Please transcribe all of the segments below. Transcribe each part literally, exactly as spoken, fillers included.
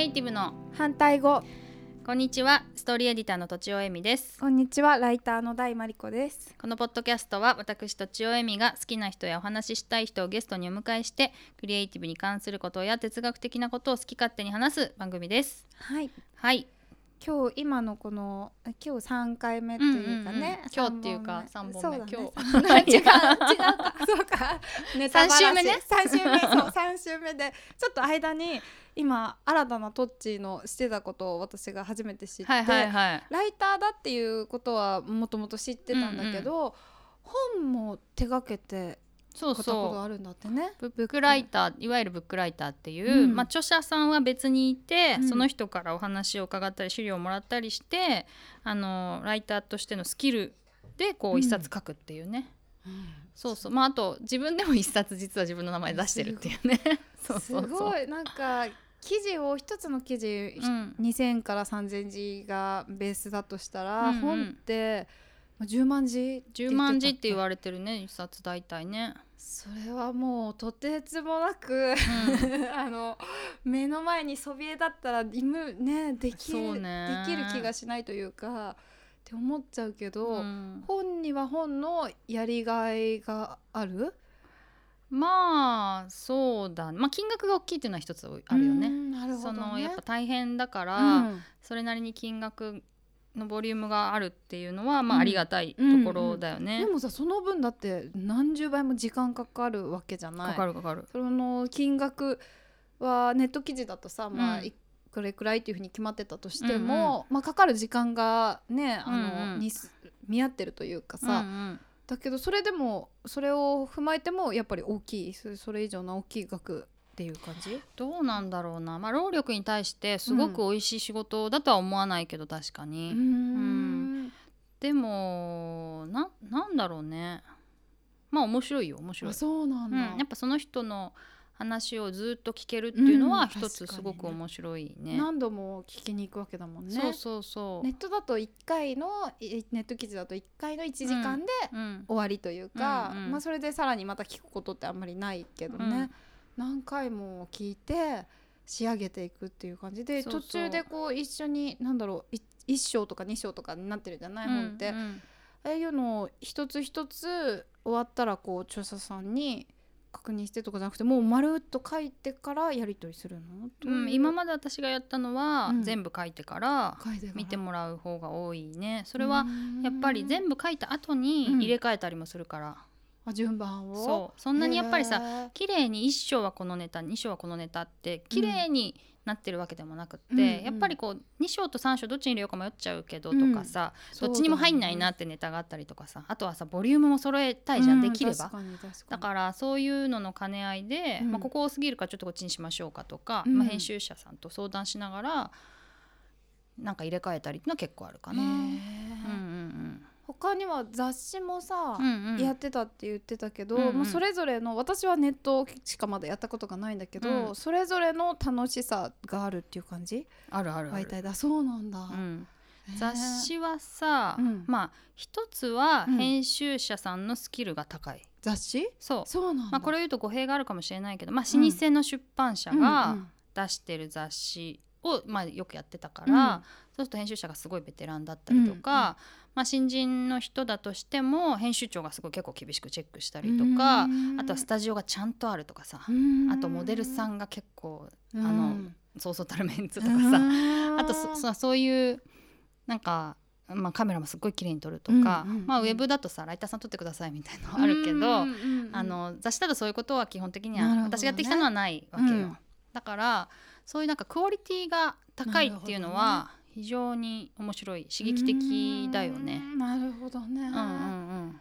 イティブの反対語。 こんにちは、ストーリーエディターのとちおえみです。 こんにちは、ライターの大まりこです。 このポッドキャストは私とちおえみが好きな人やお話ししたい人をゲストにお迎えしてクリエイティブに関することや哲学的なことを好き勝手に話す番組です。 はい、 はい、 今日今のこの今日さんかいめっていうかね、 うんうんうん、今日っていうかさんぼんめ、 そうだね、 今日違う違うかそうかネタバラシさん週目ねさん週目そうさん週目でちょっと間に今新たなトッチーのしてたことを私が初めて知って、 はいはいはい、 ライターだっていうことはもともと知ってたんだけど、うんうん、本も手掛けてそうそうことあるんだってね。 ブックライター、いわゆるブックライターっていう、うんまあ、著者さんは別にいて、うん、その人からお話を伺ったり資料をもらったりしてあのライターとしてのスキルでこう一冊書くっていうね、うんうん、そうそう、まあ、あと自分でも一冊実は自分の名前出してるっていうねそうそうそう、 すごいなんか記事を一つの記事、うん、にせんからさんぜんじがベースだとしたら、うんうん、本ってじゅうまんじじゅうまんじって言われてるね、一冊大体ね。 それはもうとてつもなく、うん、あの目の前にそびえだったら犬、ね、できる、できる気がしないというかって思っちゃうけど、うん、本には本のやりがいがある。 まあそうだ、まあ、金額が大きいっていうのは一つあるよね。 なるほどね。 そのやっぱ大変だから、うん、それなりに金額のボリュームがあるっていうのは、まあ、ありがたいところだよね、 うんうんうん、でもさその分だって何十倍も時間かかるわけじゃない。 かかるかかる。 その金額はネット記事だとさ、まあ、うん、これくらいっていうふうに決まってたとしても、うんうん、まあ、かかる時間がねあの、うんうん、に見合ってるというかさ、うんうん、だけどそれでもそれを踏まえてもやっぱり大きいそれ以上の大きい額っていう感じ。 どうなんだろうな、まあ、労力に対してすごく美味しい仕事だとは思わないけど、確かに、うんうん、でも な, なんだろうね、まあ面白いよ面白い。 あ、そうなんだ、うん、 やっぱその人の話をずっと聞けるっていうのは一つすごく面白いね、うん、ね何度も聞きに行くわけだもんね。 そうそうそう。 ネットだといっかいのネット記事だといっかいのいちじかんで終わりというか、うんうん、まあ、それでさらにまた聞くことってあんまりないけどね、うん、何回も聞いて仕上げていくっていう感じで、そうそう、途中でこう一緒になんだろういっ章とかに章とかになってるじゃない、うんうん、本って、ああいうのを一つ一つ終わったらこう著者さんに確認してとかじゃなくてもう丸っと書いてからやり取りするの、 うん、今まで私がやったのは、うん、全部書いてから見てもらう方が多いね。それはやっぱり全部書いた後に入れ替えたりもするから、 うん、順番をそう、そんなにやっぱりさ綺麗にいっ章はこのネタに章はこのネタって綺麗になってるわけでもなくって、うんうん、やっぱりこうに章とさん章どっちに入れようか迷っちゃうけどとかさ、うん、どっちにも入んないなってネタがあったりとかさ、あとはさボリュームも揃えたいじゃん、うん、できれば。 確かに確かに。 だからそういうのの兼ね合いで、うんまあ、ここ多すぎるからちょっとこっちにしましょうかとか、うんまあ、編集者さんと相談しながらなんか入れ替えたりってのは結構あるかな。うんうんうん、 他には雑誌もさ、うんうん、やってたって言ってたけど、うんうん、もうそれぞれの、私はネットしかまだやったことがないんだけど、うん、それぞれの楽しさがあるっていう感じ。 あるあるある。 媒体だ。そうなんだ、 うん、雑誌はさ、うん、まあ一つは編集者さんのスキルが高い、うん、 雑誌。 そうそうなんだ、 まあ、これを言うと語弊があるかもしれないけど、まあ、老舗の出版社が出してる雑誌を、まあ、よくやってたから、うん、そうすると編集者がすごいベテランだったりとか、うんうんまあ、新人の人だとしても編集長がすごい結構厳しくチェックしたりとか、あとはスタジオがちゃんとあるとかさ、あとモデルさんが結構あのそうそうたるメンツとかさ、あと そ, そ, そういうなんか、まあ、カメラもすごい綺麗に撮るとか、うんうんうんまあ、ウェブだとさライターさん撮ってくださいみたいなのあるけど、うんうんうん、あの雑誌だとそういうことは基本的には、ね、私がやってきたのはないわけよ、うん、だからそういうなんかクオリティが高いっていうのは非常に面白い刺激的だよね。 なるほどね、 うんうんうん、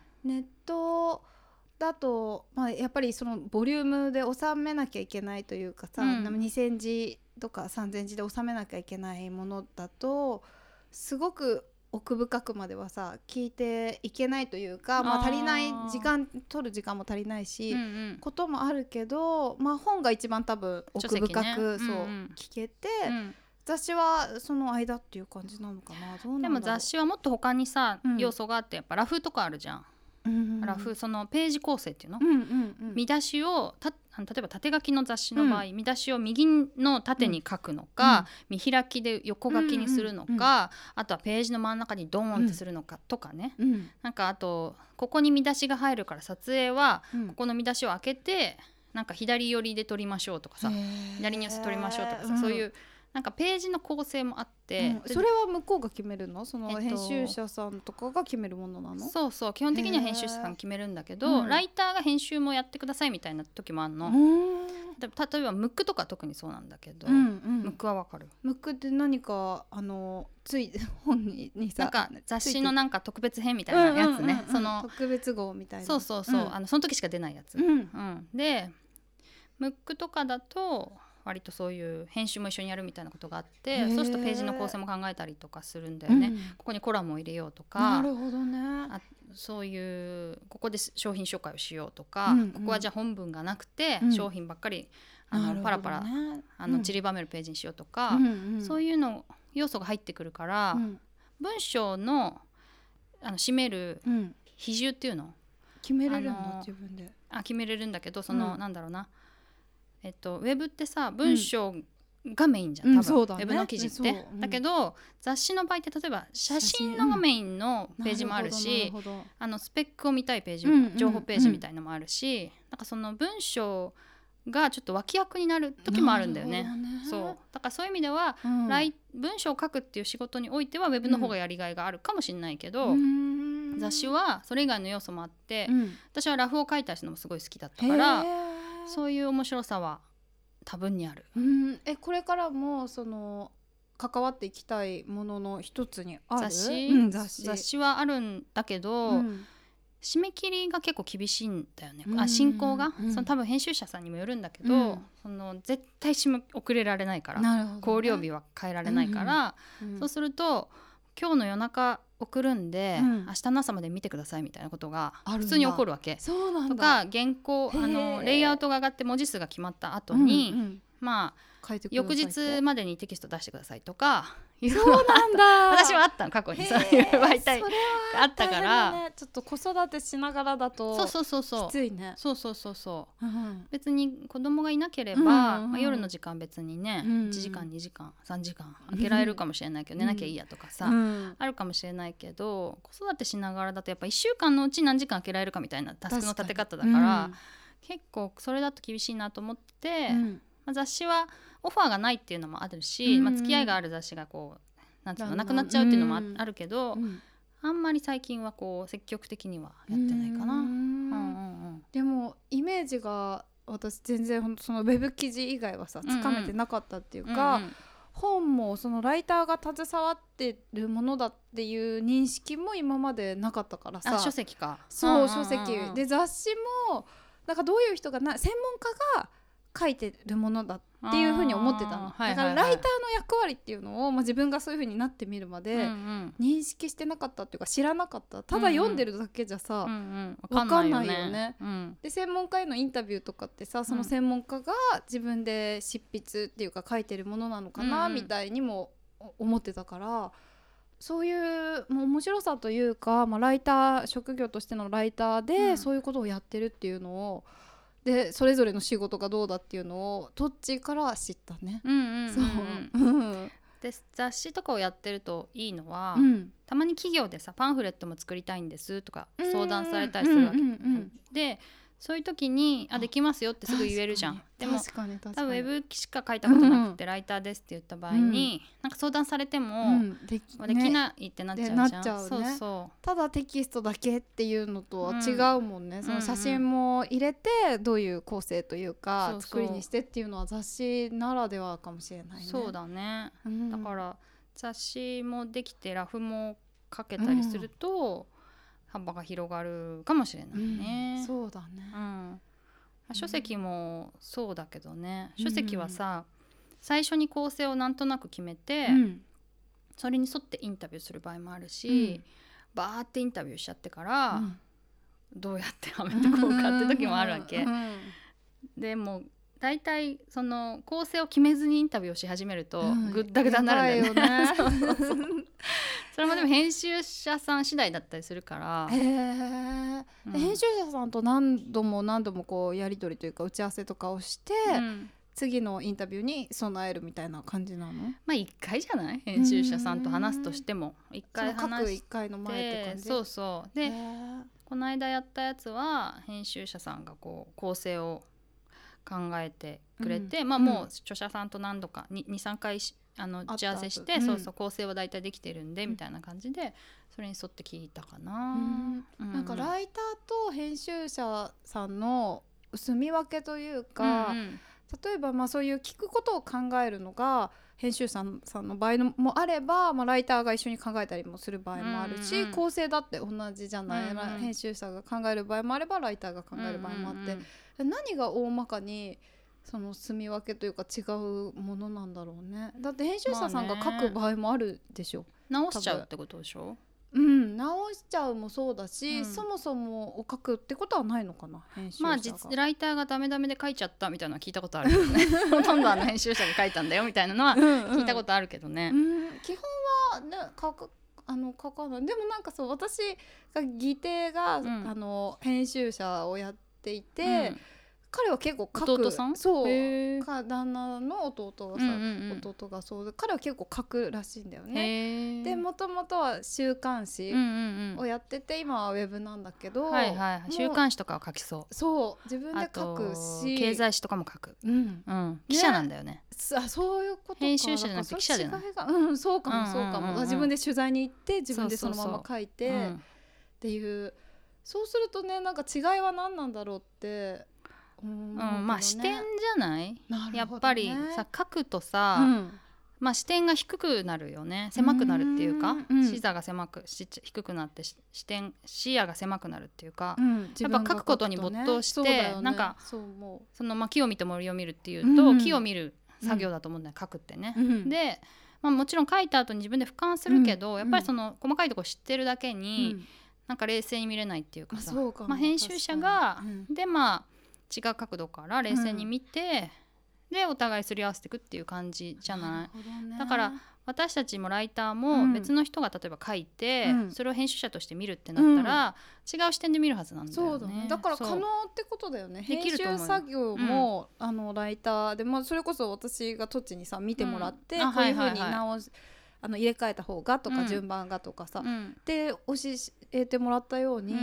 ネットだと、まあ、やっぱりそのボリュームで収めなきゃいけないというかさ、うん、にせんじとかさんぜんじで収めなきゃいけないものだとすごく奥深くまではさ聞いていけないというか、まあ、足りない時間取る時間も足りないし、うんうん、こともあるけど、まあ、本が一番多分奥深く、ねそううんうん、聞けて、うん雑誌はその間っていう感じなのかな。どうなんだろう。 でも雑誌はもっと他にさ、うん、要素があってやっぱラフとかあるじゃん、うんうんうん、ラフそのページ構成っていうの、うんうんうん、見出しをたあの例えば縦書きの雑誌の場合、うん、見出しを右の縦に書くのか、うん、見開きで横書きにするのか、うんうんうん、あとはページの真ん中にドーンってするのかとかね、うん、なんかあとここに見出しが入るから撮影はここの見出しを開けてなんか左寄りで撮りましょうとかさ、左に寄せ撮りましょうとかさ、うん、そういうなんかページの構成もあって、 うん、それは向こうが決めるの？その編集者さんとかが決めるものなの？えっと、 そうそう、基本的には編集者さん決めるんだけど、うん、ライターが編集もやってくださいみたいな時もあるの。で例えばムックとか特にそうなんだけど、うんうん、ムックはわかる？ ムックって何かあのつい本ににさなんか雑誌のなんか特別編みたいなやつね、うんうんうんうん、 その特別号みたいな、 そうそうそう、うん、あのその時しか出ないやつ、うんうん、でムックとかだと割とそういう編集も一緒にやるみたいなことがあって、そうするとページの構成も考えたりとかするんだよね、うん、ここにコラムを入れようとか、 なるほどね、 あそういうここで商品紹介をしようとか、うんうん、ここはじゃあ本文がなくて、うん、商品ばっかりあの、ね、パラパラあの散りばめるページにしようとか、うん、そういうの要素が入ってくるから、うん、文章の、あの締める比重っていうの決めれるんだ、自分であ決めれるんだけど、その、うん、なんだろうな、えっと、ウェブってさ文章がメインじゃん、うん、多分、うんね、ウェブの記事って、うん、だけど雑誌の場合って例えば写真のメインのページもあるし、うん、あのスペックを見たいページ、うん、情報ページみたいのもあるし、うん、なんかその文章がちょっと脇役になる時もあるんだよ ね, ねそうだからそういう意味では、うん、文章を書くっていう仕事においてはウェブの方がやりがいがあるかもしれないけど、うん、雑誌はそれ以外の要素もあって、うん、私はラフを書いたりするのもすごい好きだったから、そういう面白さは多分にある。 うん、えこれからもその関わっていきたいものの一つにある？ 雑誌、 うん、雑誌、 雑誌はあるんだけど、うん、締め切りが結構厳しいんだよね、 うん、 あ進行が、 うん、 その多分編集者さんにもよるんだけど、うん、その絶対締め遅れられないから、ね、考慮日は変えられないから、うんうん、そうすると今日の夜中送るんで、うん、明日の朝まで見てくださいみたいなことが普通に起こるわけ。 そうなんだ。 とか原稿あのレイアウトが上がって文字数が決まった後に、うんうん、まあ翌日までにテキスト出してくださいとかいうそうなんだ私はあったの過去にそういう媒体があったから、 ね、ちょっと子育てしながらだとそうそうそうそうきついね。 そうそうそうそう、 うん、 別に子供がいなければ、うんうんうんまあ、夜の時間別にね、うんうん、いちじかんにじかんさんじかん空けられるかもしれないけど、うん、寝なきゃいいやとかさ、うん、あるかもしれないけど子育てしながらだとやっぱいっしゅうかんのうち何時間空けられるかみたいなタスクの立て方だから、うん、結構それだと厳しいなと思って、うんまあ、雑誌はオファーがないっていうのもあるし、うんまあ、付き合いがある雑誌がこうなんていうのなくなっちゃうっていうのも あ,、うん、あるけど、うん、あんまり最近はこう積極的にはやってないかな。うんうんうん、 でもイメージが私全然ほんとそのウェブ記事以外はさつかめてなかったっていうか、うんうん、本もそのライターが携わってるものだっていう認識も今までなかったからさ。 あ書籍か。 そう、 うんうんうん、 書籍で雑誌もなんかどういう人がな専門家が書いてるものだっていう風に思ってたの、だからライターの役割っていうのを、まあ、自分がそういう風になってみるまで認識してなかったっていうか知らなかった。ただ読んでるだけじゃさ、うんうん、分かんないよね、よね、うん、で専門家へのインタビューとかってさその専門家が自分で執筆っていうか書いてるものなのかな、うんうん、みたいにも思ってたから、そういうもう面白さというか、まあ、ライター職業としてのライターでそういうことをやってるっていうのを、でそれぞれの仕事がどうだっていうのをトッチーから知ったね。 うんうんうんうん、 そう、うん、 で雑誌とかをやってるといいのは、 うん、 たまに企業でさパンフレットも作りたいんですとか相談されたりするわけ、うんうんうん、でそういう時にあできますよってすぐ言えるじゃん。でも確かに確かに多分ウェブしか書いたことなくて、うん、ライターですって言った場合に、うん、なんか相談されても、うん、で, き、ね、できないってなっちゃうじゃん。 なっちゃうね。 そうそうただテキストだけっていうのとは違うもんね、うん、その写真も入れてどういう構成というか、うん、作りにしてっていうのは雑誌ならではかもしれないね。 そうだね、うん、だから雑誌もできてラフもかけたりすると、うん幅が広がるかもしれないね、 うん、そうだね、 うん書籍もそうだけどね、うん、書籍はさ最初に構成をなんとなく決めて、うん、それに沿ってインタビューする場合もあるし、うん、バーってインタビューしちゃってから、うん、どうやってはめてこうかって時もあるわけ、うん、でもだいたいその構成を決めずにインタビューをし始めると、うん、グッダグダになるんだよね、そうそうそうそれもでも編集者さん次第だったりするから、 へー、 うん編集者さんと何度も何度もこうやり取りというか打ち合わせとかをして、 うん、 次のインタビューに備えるみたいな感じなの？ まあいっかいじゃない、編集者さんと話すとしてもいっかいその各話しいっかいの前って感て、 じ？ そうそうでへー、 この間やったやつは編集者さんがこう構成を考えてくれて、 うんまあもう著者さんと何度か にさんかいしあのった打ち合わせして、 うんそうそう構成は大体できてるんで、みたいな感じでそれに沿って聞いたかな、 うん、なんかライターと編集者さんの住み分けというか、 うんうん、 例えばまあそういう聞くことを考えるのが編集者さんの場合のもあれば、まあ、ライターが一緒に考えたりもする場合もあるし、 うんうん、 構成だって同じじゃない、 うんうん、 編集者が考える場合もあればライターが考える場合もあって、 うんうん、 何が大まかにその住み分けというか違うものなんだろうね。だって編集者さんが書く場合もあるでしょ、 直しちゃうってことでしょ。 うん、直しちゃうもそうだし、 うん、 そもそもを書くってことはないのかな、編集者が。 まあ実ライターがダメダメで書いちゃったみたいなのは聞いたことあるけどねほとんどあの編集者が書いたんだよみたいなのは聞いたことあるけどね。 うんうん、基本は、ね、書くあの書かない。でもなんかそう、私が義弟が、うん、あの編集者をやっていて、うん、彼は結構書く。 弟さん？ そうか、旦那の弟がさ、 うんうんうん、 弟がそうで、彼は結構書くらしいんだよね。 へでもともとは週刊誌をやってて、うんうんうん、今はウェブなんだけど、 はいはい、週刊誌とかは書きそう。 そう自分で書くし、 経済誌とかも書く、うんうん、記者なんだよね。 あ、そういうことか。 編集者じゃなくて記者じゃない？ うん、そうかもそうかも、うんうんうんうん、自分で取材に行って自分でそのまま書いて、そうそうそう、っていう、そうするとね、なんか違いは何なんだろうって思う、ね、 うん、まあ視点じゃない？ ね、 やっぱりさ、書くとさ、うん、まあ、視点が低くなるよね。狭くなるっていうか、う、うん、視座が狭くし低くなって視点視野が狭くなるっていうか、うん、やっぱ書くことに没頭して、ね、なんかそう思う。その、まあ、木を見て森を見るっていうと、うん、木を見る作業だと思うんだよ、書くってね、うん、で、まあ、もちろん書いた後に自分で俯瞰するけど、うん、やっぱりその細かいところ知ってるだけに、うん、なんか冷静に見れないっていうかさ、まあ、まあ、編集者が、うん、でまあ違う角度から冷静に見て、うん、でお互いすり合わせていくっていう感じじゃない、ね、だから私たちもライターも別の人が例えば書いて、うん、それを編集者として見るってなったら、うん、違う視点で見るはずなんだよね。 そうだね。だから可能ってことだよね。編集作業も、うん、あのライターで、まあ、それこそ私がトッチにさ見てもらって、うん、こういう風に直し、あの入れ替えた方がとか、順番がとかさ、うん、で教えてもらったように、うんうん、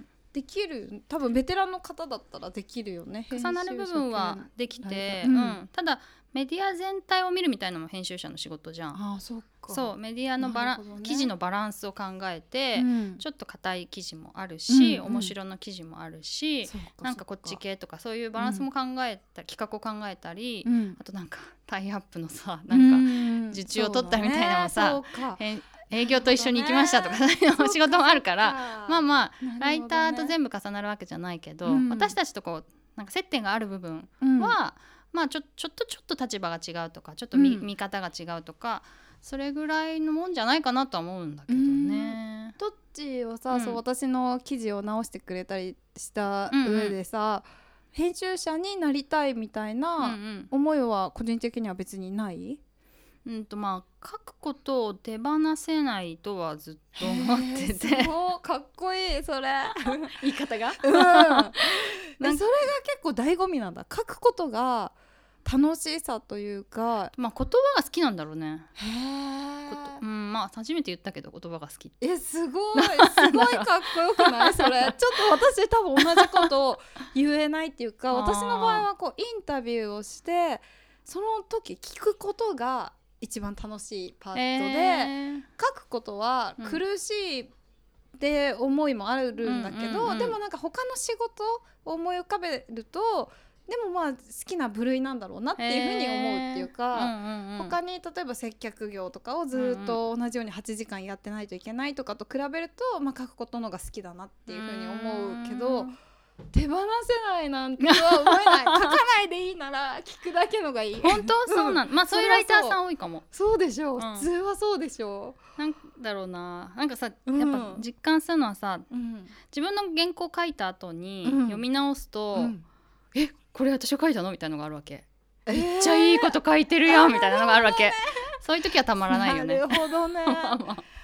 できる。多分ベテランの方だったらできるよね。 重なる部分はできて、うんうん、ただメディア全体を見るみたいなのも編集者の仕事じゃん。 ああ、そっか。 そう、メディアのバラ、ね、記事のバランスを考えて、うん、ちょっと硬い記事もあるし、うんうん、面白の記事もあるし、なんかこっち系とかそういうバランスも考えた、うん、企画を考えたり、うん、あとなんかタイアップのさ、なんか受注を取ったみたいなのもさ、ね、営業と一緒に行きましたとか、そういう仕事もあるから、まあまあ、ね、ライターと全部重なるわけじゃないけど、うん、私たちとこうなんか接点がある部分は、うん、まあちょ、ちょっとちょっと立場が違うとか、ちょっと 見,、うん、見方が違うとか、それぐらいのもんじゃないかなとは思うんだけどね。 どっちをさ、うん、そう私の記事を直してくれたりした上でさ、うんうん、編集者になりたいみたいな思いは個人的には別にない？ うんとまあ、書くことを手放せないとはずっと思ってて、 そうかっこいいそれ言い方が、 うん、なんそれが結構醍醐味なんだ。書くことが楽しさというか、 まあ、言葉が好きなんだろうね。 へー、 うん、まあ初めて言ったけど言葉が好きって。 えすごいすごいかっこよくないそれちょっと私多分同じことを言えないっていうか私の場合はこうインタビューをしてその時聞くことが一番楽しいパートで、えー、書くことは苦しいって思いもあるんだけど、うんうんうん、でもなんか他の仕事を思い浮かべるとでもまあ好きな部類なんだろうなっていうふうに思うっていうか、えーうんうんうん、他に例えば接客業とかをずっと同じようにはちじかんやってないといけないとかと比べると、まあ、書くことの方が好きだなっていうふうに思うけど、手放せないなんては思えない書かないでいいなら聞くだけのがいい。 本当そうなん、うん、まあそういうライターさん多いかも。 そうでしょう、うん、普通はそうでしょう。なんだろうな、なんかさ、うん、やっぱ実感するのはさ、うん、自分の原稿書いた後に読み直すと、うん、えこれ私が書いたのみたいなのがあるわけ、えー、めっちゃいいこと書いてるよみたいなのがあるわけそういう時はたまらないよね。 なるほどねあ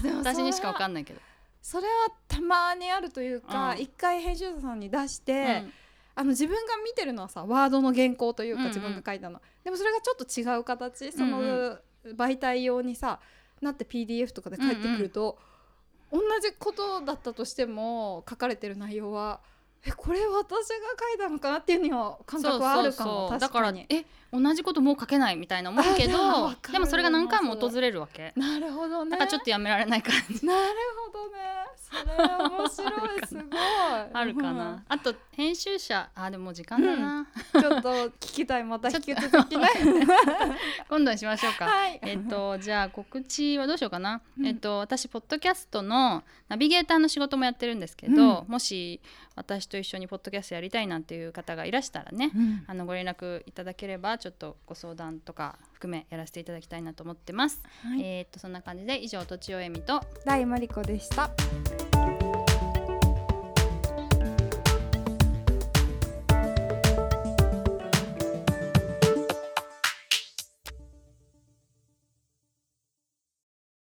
でも私にしか分かんないけど、 それはたまにあるというか、一、うん、回編集者さんに出して、うん、あの自分が見てるのはさワードの原稿というか、うんうん、自分が書いたのでもそれがちょっと違う形、その媒体用にさなって ピーディーエフ とかで返ってくると、うんうん、同じことだったとしても書かれてる内容はえこれ私が書いたのかなっていうには感覚はあるかも。 そうそうそう、確かにだからえ同じこともう書けないみたいな思うけどでもそれが何回も訪れるわけ。 なるほどね。 だからちょっとやめられない感じ。 なるほどね、それは面白い。すごいあるかな、うん、あと編集者あでももう時間だな、 うん、ちょっと聞きたいまた引き続きね今度にしましょうか、 はい、 えっとじゃあ告知はどうしようかな、うん、えっと私ポッドキャストのナビゲーターの仕事もやってるんですけど、うん、もし私と一緒にポッドキャストやりたいなんていう方がいらしたらね、うん、あのご連絡いただければちょっとご相談とか含めやらせていただきたいなと思ってます、はい、えー、っとそんな感じで以上とちおえみと大まりこでした。